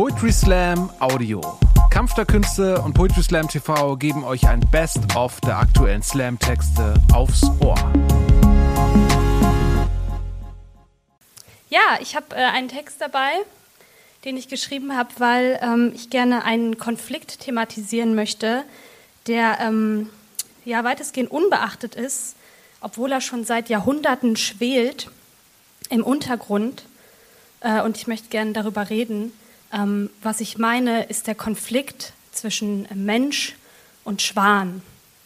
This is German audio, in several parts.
Poetry Slam Audio. Kampf der Künste und Poetry Slam TV geben euch ein Best-of der aktuellen Slam-Texte aufs Ohr. Ja, ich habe einen Text dabei, den ich geschrieben habe, weil ich gerne einen Konflikt thematisieren möchte, der weitestgehend unbeachtet ist, obwohl er schon seit Jahrhunderten schwelt im Untergrund. Und ich möchte gerne darüber reden. Was ich meine, ist der Konflikt zwischen Mensch und Schwan.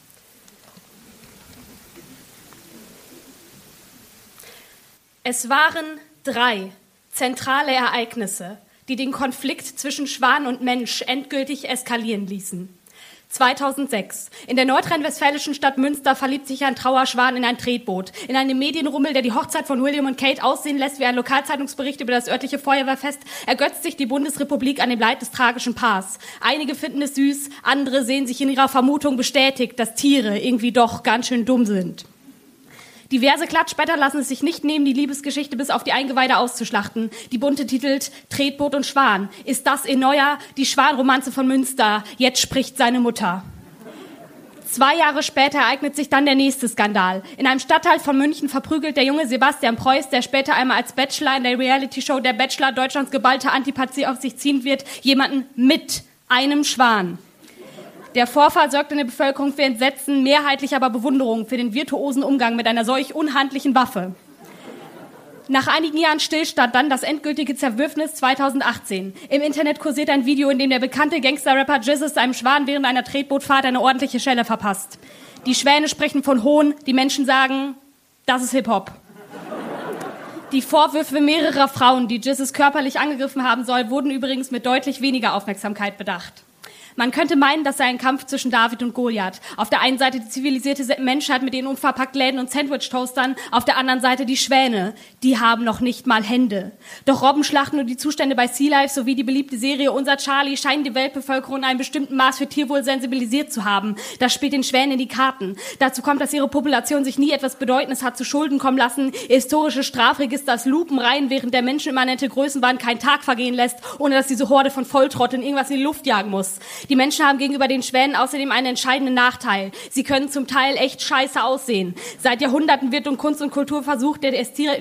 Es waren 3 zentrale Ereignisse, die den Konflikt zwischen Schwan und Mensch endgültig eskalieren ließen. 2006. In der nordrhein-westfälischen Stadt Münster verliebt sich ein Trauerschwan in ein Tretboot. In einem Medienrummel, der die Hochzeit von William und Kate aussehen lässt wie ein Lokalzeitungsbericht über das örtliche Feuerwehrfest, ergötzt sich die Bundesrepublik an dem Leid des tragischen Paars. Einige finden es süß, andere sehen sich in ihrer Vermutung bestätigt, dass Tiere irgendwie doch ganz schön dumm sind. Diverse Klatschblätter lassen es sich nicht nehmen, die Liebesgeschichte bis auf die Eingeweide auszuschlachten. Die Bunte titelt Tretboot und Schwan. Ist das Enoja, die Schwanromanze von Münster? Jetzt spricht seine Mutter. 2 Jahre später ereignet sich dann der nächste Skandal. In einem Stadtteil von München verprügelt der junge Sebastian Preuß, der später einmal als Bachelor in der Reality-Show Der Bachelor Deutschlands geballte Antipathie auf sich ziehen wird, jemanden mit einem Schwan. Der Vorfall sorgt in der Bevölkerung für Entsetzen, mehrheitlich aber Bewunderung für den virtuosen Umgang mit einer solch unhandlichen Waffe. Nach einigen Jahren Stillstand dann das endgültige Zerwürfnis 2018. Im Internet kursiert ein Video, in dem der bekannte Gangster-Rapper Jizzes einem Schwan während einer Tretbootfahrt eine ordentliche Schelle verpasst. Die Schwäne sprechen von Hohn, die Menschen sagen, das ist Hip-Hop. Die Vorwürfe mehrerer Frauen, die Jizzes körperlich angegriffen haben soll, wurden übrigens mit deutlich weniger Aufmerksamkeit bedacht. Man könnte meinen, das sei ein Kampf zwischen David und Goliath. Auf der einen Seite die zivilisierte Menschheit mit ihren Unverpacktläden und Sandwich-Toastern, auf der anderen Seite die Schwäne. Die haben noch nicht mal Hände. Doch Robbenschlachten und die Zustände bei Sea Life sowie die beliebte Serie Unser Charlie scheinen die Weltbevölkerung in einem bestimmten Maß für Tierwohl sensibilisiert zu haben. Das spielt den Schwänen in die Karten. Dazu kommt, dass ihre Population sich nie etwas Bedeutendes hat zu Schulden kommen lassen, ihr historisches Strafregister als Lupenreihen während der menschenimmanente Größenwahn keinen Tag vergehen lässt, ohne dass diese Horde von Volltrotteln irgendwas in die Luft jagen muss. Die Menschen haben gegenüber den Schwänen außerdem einen entscheidenden Nachteil. Sie können zum Teil echt scheiße aussehen. Seit Jahrhunderten wird in Kunst und Kultur versucht, der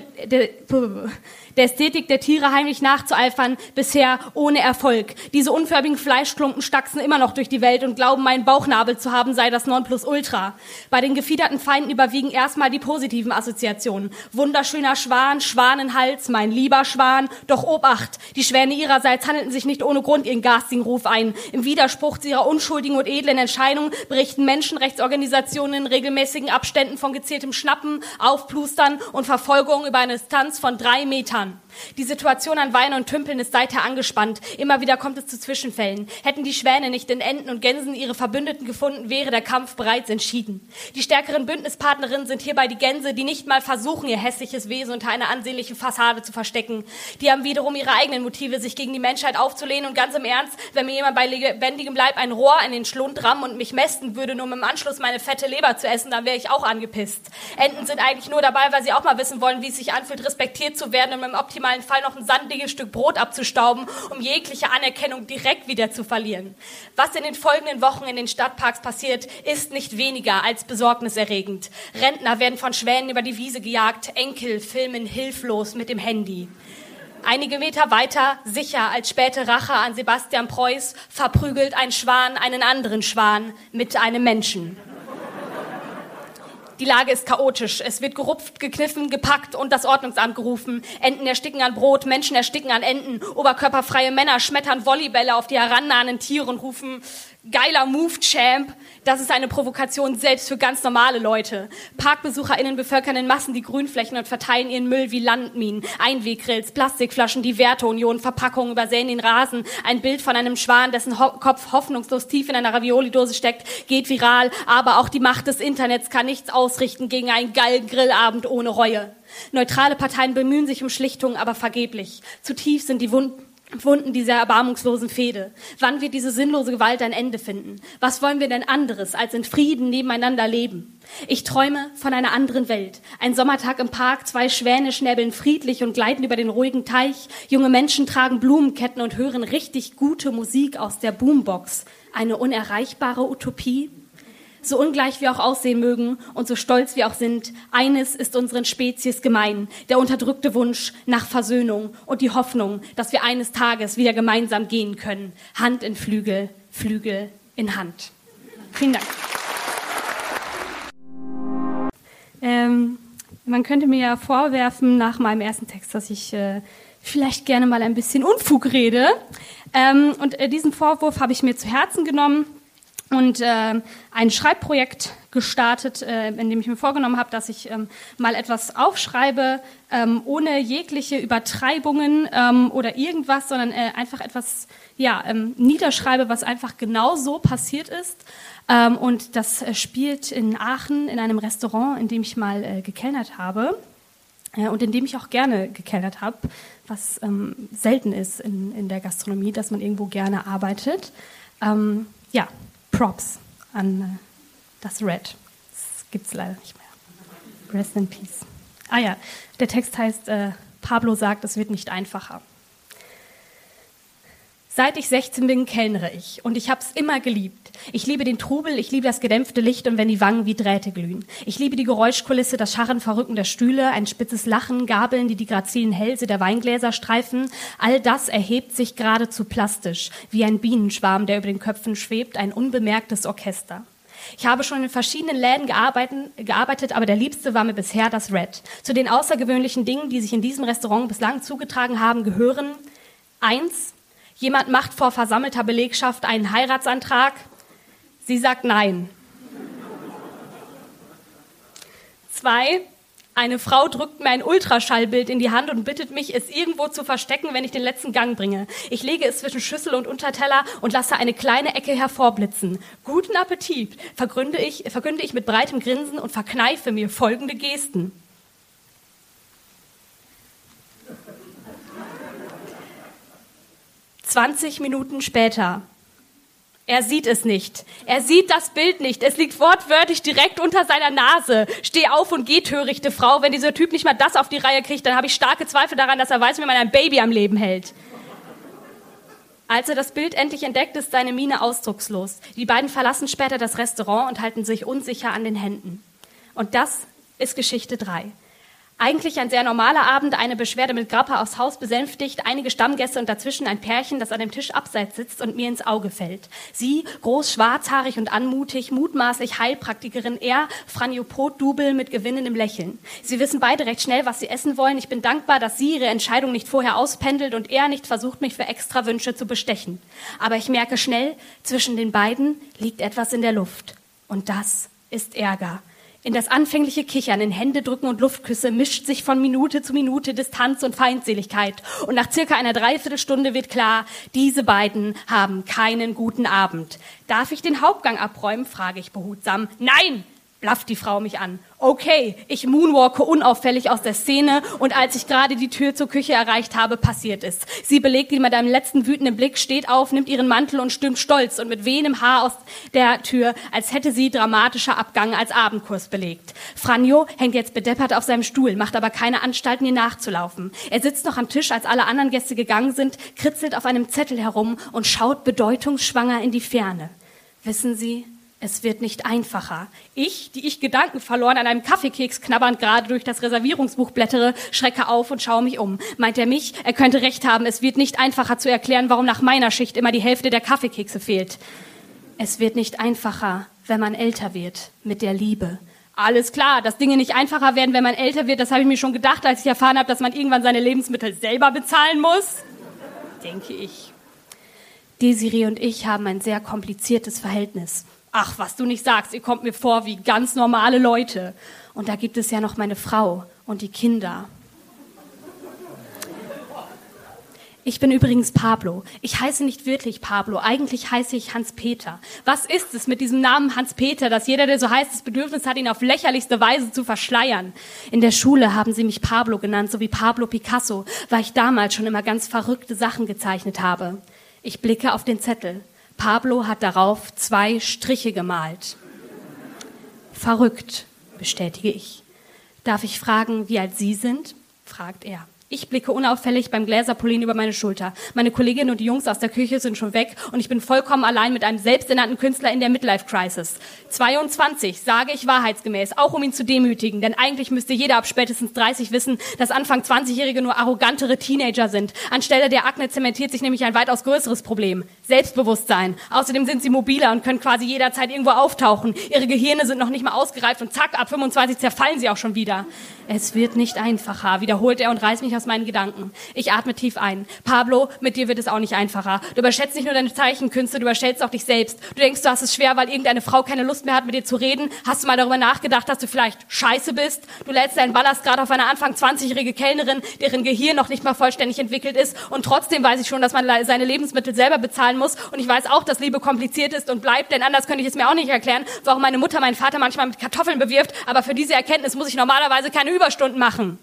Ästhetik der Tiere heimlich nachzueifern, bisher ohne Erfolg. Diese unförmigen Fleischklumpen stachsen immer noch durch die Welt und glauben, meinen Bauchnabel zu haben, sei das Nonplusultra. Bei den gefiederten Feinden überwiegen erstmal die positiven Assoziationen. Wunderschöner Schwan, Schwanenhals, mein lieber Schwan. Doch Obacht, die Schwäne ihrerseits handelten sich nicht ohne Grund ihren garstigen Ruf ein. Im Widerspruch zu ihrer unschuldigen und edlen Entscheidung berichten Menschenrechtsorganisationen in regelmäßigen Abständen von gezieltem Schnappen, Aufplustern und Verfolgung über eine Distanz von 3 Metern. Die Situation an Weinen und Tümpeln ist seither angespannt. Immer wieder kommt es zu Zwischenfällen. Hätten die Schwäne nicht in Enten und Gänsen ihre Verbündeten gefunden, wäre der Kampf bereits entschieden. Die stärkeren Bündnispartnerinnen sind hierbei die Gänse, die nicht mal versuchen, ihr hässliches Wesen unter einer ansehnlichen Fassade zu verstecken. Die haben wiederum ihre eigenen Motive, sich gegen die Menschheit aufzulehnen. Und ganz im Ernst, wenn mir jemand bei lebendigem Leib ein Rohr in den Schlund rammen und mich mästen würde, nur um im Anschluss meine fette Leber zu essen, dann wäre ich auch angepisst. Enten sind eigentlich nur dabei, weil sie auch mal wissen wollen, wie es sich anfühlt, respektiert zu werden und im optimalen Fall noch ein sandiges Stück Brot abzustauben, um jegliche Anerkennung direkt wieder zu verlieren. Was in den folgenden Wochen in den Stadtparks passiert, ist nicht weniger als besorgniserregend. Rentner werden von Schwänen über die Wiese gejagt, Enkel filmen hilflos mit dem Handy. Einige Meter weiter, sicher als späte Rache an Sebastian Preuß, verprügelt ein Schwan einen anderen Schwan mit einem Menschen. Die Lage ist chaotisch. Es wird gerupft, gekniffen, gepackt und das Ordnungsamt gerufen. Enten ersticken an Brot, Menschen ersticken an Enten. Oberkörperfreie Männer schmettern Volleybälle auf die herannahenden Tiere und rufen, geiler Move, Champ. Das ist eine Provokation selbst für ganz normale Leute. ParkbesucherInnen bevölkern in Massen die Grünflächen und verteilen ihren Müll wie Landminen. Einweggrills, Plastikflaschen, die Werteunion, Verpackungen übersäen den Rasen. Ein Bild von einem Schwan, dessen Kopf hoffnungslos tief in einer Ravioli-Dose steckt, geht viral. Aber auch die Macht des Internets kann nichts ausrichten gegen einen geilen Grillabend ohne Reue. Neutrale Parteien bemühen sich um Schlichtung, aber vergeblich. Zu tief sind die Wunden Wunden dieser erbarmungslosen Fehde? Wann wird diese sinnlose Gewalt ein Ende finden? Was wollen wir denn anderes als in Frieden nebeneinander leben? Ich träume von einer anderen Welt. Ein Sommertag im Park, 2 Schwäne schnäbeln friedlich und gleiten über den ruhigen Teich. Junge Menschen tragen Blumenketten und hören richtig gute Musik aus der Boombox. Eine unerreichbare Utopie? So ungleich wir auch aussehen mögen und so stolz wir auch sind, eines ist unseren Spezies gemein, der unterdrückte Wunsch nach Versöhnung und die Hoffnung, dass wir eines Tages wieder gemeinsam gehen können. Hand in Flügel, Flügel in Hand. Vielen Dank. Man könnte mir ja vorwerfen nach meinem ersten Text, dass ich vielleicht gerne mal ein bisschen Unfug rede. Und diesen Vorwurf habe ich mir zu Herzen genommen und ein Schreibprojekt gestartet, in dem ich mir vorgenommen habe, dass ich mal etwas aufschreibe, ohne jegliche Übertreibungen oder irgendwas, sondern einfach etwas niederschreibe, was einfach genau so passiert ist. Und das spielt in Aachen in einem Restaurant, in dem ich mal gekellnert habe und in dem ich auch gerne gekellnert habe, was selten ist in der Gastronomie, dass man irgendwo gerne arbeitet. Props an das Red. Das gibt's leider nicht mehr. Rest in Peace. Der Text heißt, Pablo sagt, es wird nicht einfacher. Seit ich 16 bin, kellnere ich und ich hab's immer geliebt. Ich liebe den Trubel, ich liebe das gedämpfte Licht und wenn die Wangen wie Drähte glühen. Ich liebe die Geräuschkulisse, das Scharren, Verrücken der Stühle, ein spitzes Lachen, Gabeln, die grazilen Hälse der Weingläser streifen. All das erhebt sich geradezu plastisch, wie ein Bienenschwarm, der über den Köpfen schwebt, ein unbemerktes Orchester. Ich habe schon in verschiedenen Läden gearbeitet, aber der liebste war mir bisher das Red. Zu den außergewöhnlichen Dingen, die sich in diesem Restaurant bislang zugetragen haben, gehören 1. Jemand macht vor versammelter Belegschaft einen Heiratsantrag. Sie sagt nein. 2. Eine Frau drückt mir ein Ultraschallbild in die Hand und bittet mich, es irgendwo zu verstecken, wenn ich den letzten Gang bringe. Ich lege es zwischen Schüssel und Unterteller und lasse eine kleine Ecke hervorblitzen. Guten Appetit, verkünde ich mit breitem Grinsen und verkneife mir folgende Gesten. 20 Minuten später. Er sieht es nicht. Er sieht das Bild nicht. Es liegt wortwörtlich direkt unter seiner Nase. Steh auf und geh, törichte Frau. Wenn dieser Typ nicht mal das auf die Reihe kriegt, dann habe ich starke Zweifel daran, dass er weiß, wie man ein Baby am Leben hält. Als er das Bild endlich entdeckt, ist seine Miene ausdruckslos. Die beiden verlassen später das Restaurant und halten sich unsicher an den Händen. Und das ist Geschichte 3. Eigentlich ein sehr normaler Abend, eine Beschwerde mit Grappa aufs Haus besänftigt, einige Stammgäste und dazwischen ein Pärchen, das an dem Tisch abseits sitzt und mir ins Auge fällt. Sie, groß, schwarzhaarig und anmutig, mutmaßlich Heilpraktikerin, er, Franiopoth-Double mit gewinnendem Lächeln. Sie wissen beide recht schnell, was sie essen wollen. Ich bin dankbar, dass sie ihre Entscheidung nicht vorher auspendelt und er nicht versucht, mich für Extrawünsche zu bestechen. Aber ich merke schnell, zwischen den beiden liegt etwas in der Luft. Und das ist Ärger. In das anfängliche Kichern, in Händedrücken und Luftküsse mischt sich von Minute zu Minute Distanz und Feindseligkeit. Und nach circa einer Dreiviertelstunde wird klar, diese beiden haben keinen guten Abend. Darf ich den Hauptgang abräumen, frage ich behutsam. Nein, blafft die Frau mich an. Okay, ich moonwalke unauffällig aus der Szene und als ich gerade die Tür zur Küche erreicht habe, passiert es. Sie belegt ihn mit einem letzten wütenden Blick, steht auf, nimmt ihren Mantel und stürmt stolz und mit wehendem Haar aus der Tür, als hätte sie dramatischer Abgang als Abendkurs belegt. Franjo hängt jetzt bedeppert auf seinem Stuhl, macht aber keine Anstalten, ihr nachzulaufen. Er sitzt noch am Tisch, als alle anderen Gäste gegangen sind, kritzelt auf einem Zettel herum und schaut bedeutungsschwanger in die Ferne. Wissen Sie, es wird nicht einfacher. Ich, die ich gedankenverloren an einem Kaffeekeks knabbernd gerade durch das Reservierungsbuch blättere, schrecke auf und schaue mich um. Meint er mich? Er könnte recht haben, es wird nicht einfacher zu erklären, warum nach meiner Schicht immer die Hälfte der Kaffeekekse fehlt. Es wird nicht einfacher, wenn man älter wird, mit der Liebe. Alles klar, dass Dinge nicht einfacher werden, wenn man älter wird, das habe ich mir schon gedacht, als ich erfahren habe, dass man irgendwann seine Lebensmittel selber bezahlen muss. Denke ich. Desiree und ich haben ein sehr kompliziertes Verhältnis. Ach, was du nicht sagst, ihr kommt mir vor wie ganz normale Leute. Und da gibt es ja noch meine Frau und die Kinder. Ich bin übrigens Pablo. Ich heiße nicht wirklich Pablo. Eigentlich heiße ich Hans-Peter. Was ist es mit diesem Namen Hans-Peter, dass jeder, der so heißt, das Bedürfnis hat, ihn auf lächerlichste Weise zu verschleiern? In der Schule haben sie mich Pablo genannt, so wie Pablo Picasso, weil ich damals schon immer ganz verrückte Sachen gezeichnet habe. Ich blicke auf den Zettel. Pablo hat darauf 2 Striche gemalt. Verrückt, bestätige ich. Darf ich fragen, wie alt Sie sind? Fragt er. Ich blicke unauffällig beim Gläserpolin über meine Schulter. Meine Kolleginnen und die Jungs aus der Küche sind schon weg und ich bin vollkommen allein mit einem selbsternannten Künstler in der Midlife-Crisis. 22, sage ich wahrheitsgemäß, auch um ihn zu demütigen, denn eigentlich müsste jeder ab spätestens 30 wissen, dass Anfang 20-Jährige nur arrogantere Teenager sind. Anstelle der Akne zementiert sich nämlich ein weitaus größeres Problem. Selbstbewusstsein. Außerdem sind sie mobiler und können quasi jederzeit irgendwo auftauchen. Ihre Gehirne sind noch nicht mal ausgereift und zack, ab 25 zerfallen sie auch schon wieder. Es wird nicht einfacher, wiederholt er und reißt mich aus meinen Gedanken. Ich atme tief ein. Pablo, mit dir wird es auch nicht einfacher. Du überschätzt nicht nur deine Zeichenkünste, du überschätzt auch dich selbst. Du denkst, du hast es schwer, weil irgendeine Frau keine Lust mehr hat, mit dir zu reden. Hast du mal darüber nachgedacht, dass du vielleicht scheiße bist? Du lädst deinen Ballast gerade auf eine Anfang 20-jährige Kellnerin, deren Gehirn noch nicht mal vollständig entwickelt ist. Und trotzdem weiß ich schon, dass man seine Lebensmittel selber bezahlen muss. Und ich weiß auch, dass Liebe kompliziert ist und bleibt, denn anders könnte ich es mir auch nicht erklären, warum meine Mutter meinen Vater manchmal mit Kartoffeln bewirft. Aber für diese Erkenntnis muss ich normalerweise keine Überstunden machen.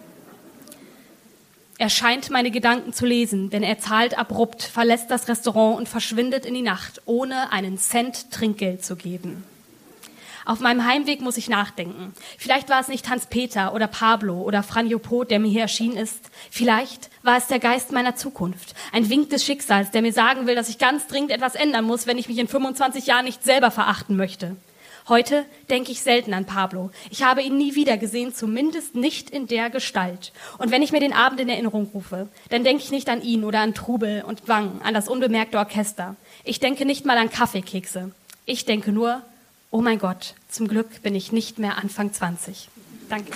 Er scheint meine Gedanken zu lesen, denn er zahlt abrupt, verlässt das Restaurant und verschwindet in die Nacht, ohne einen Cent Trinkgeld zu geben. Auf meinem Heimweg muss ich nachdenken. Vielleicht war es nicht Hans-Peter oder Pablo oder Franjo Pot, der mir hier erschienen ist. Vielleicht war es der Geist meiner Zukunft. Ein Wink des Schicksals, der mir sagen will, dass ich ganz dringend etwas ändern muss, wenn ich mich in 25 Jahren nicht selber verachten möchte. Heute denke ich selten an Pablo. Ich habe ihn nie wieder gesehen, zumindest nicht in der Gestalt. Und wenn ich mir den Abend in Erinnerung rufe, dann denke ich nicht an ihn oder an Trubel und Wang, an das unbemerkte Orchester. Ich denke nicht mal an Kaffeekekse. Ich denke nur, oh mein Gott, zum Glück bin ich nicht mehr Anfang 20. Danke.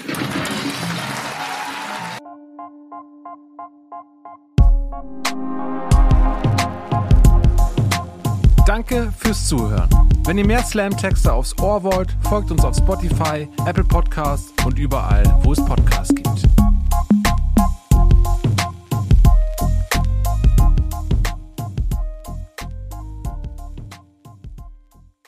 Danke fürs Zuhören. Wenn ihr mehr Slam-Texte aufs Ohr wollt, folgt uns auf Spotify, Apple Podcasts und überall, wo es Podcasts gibt.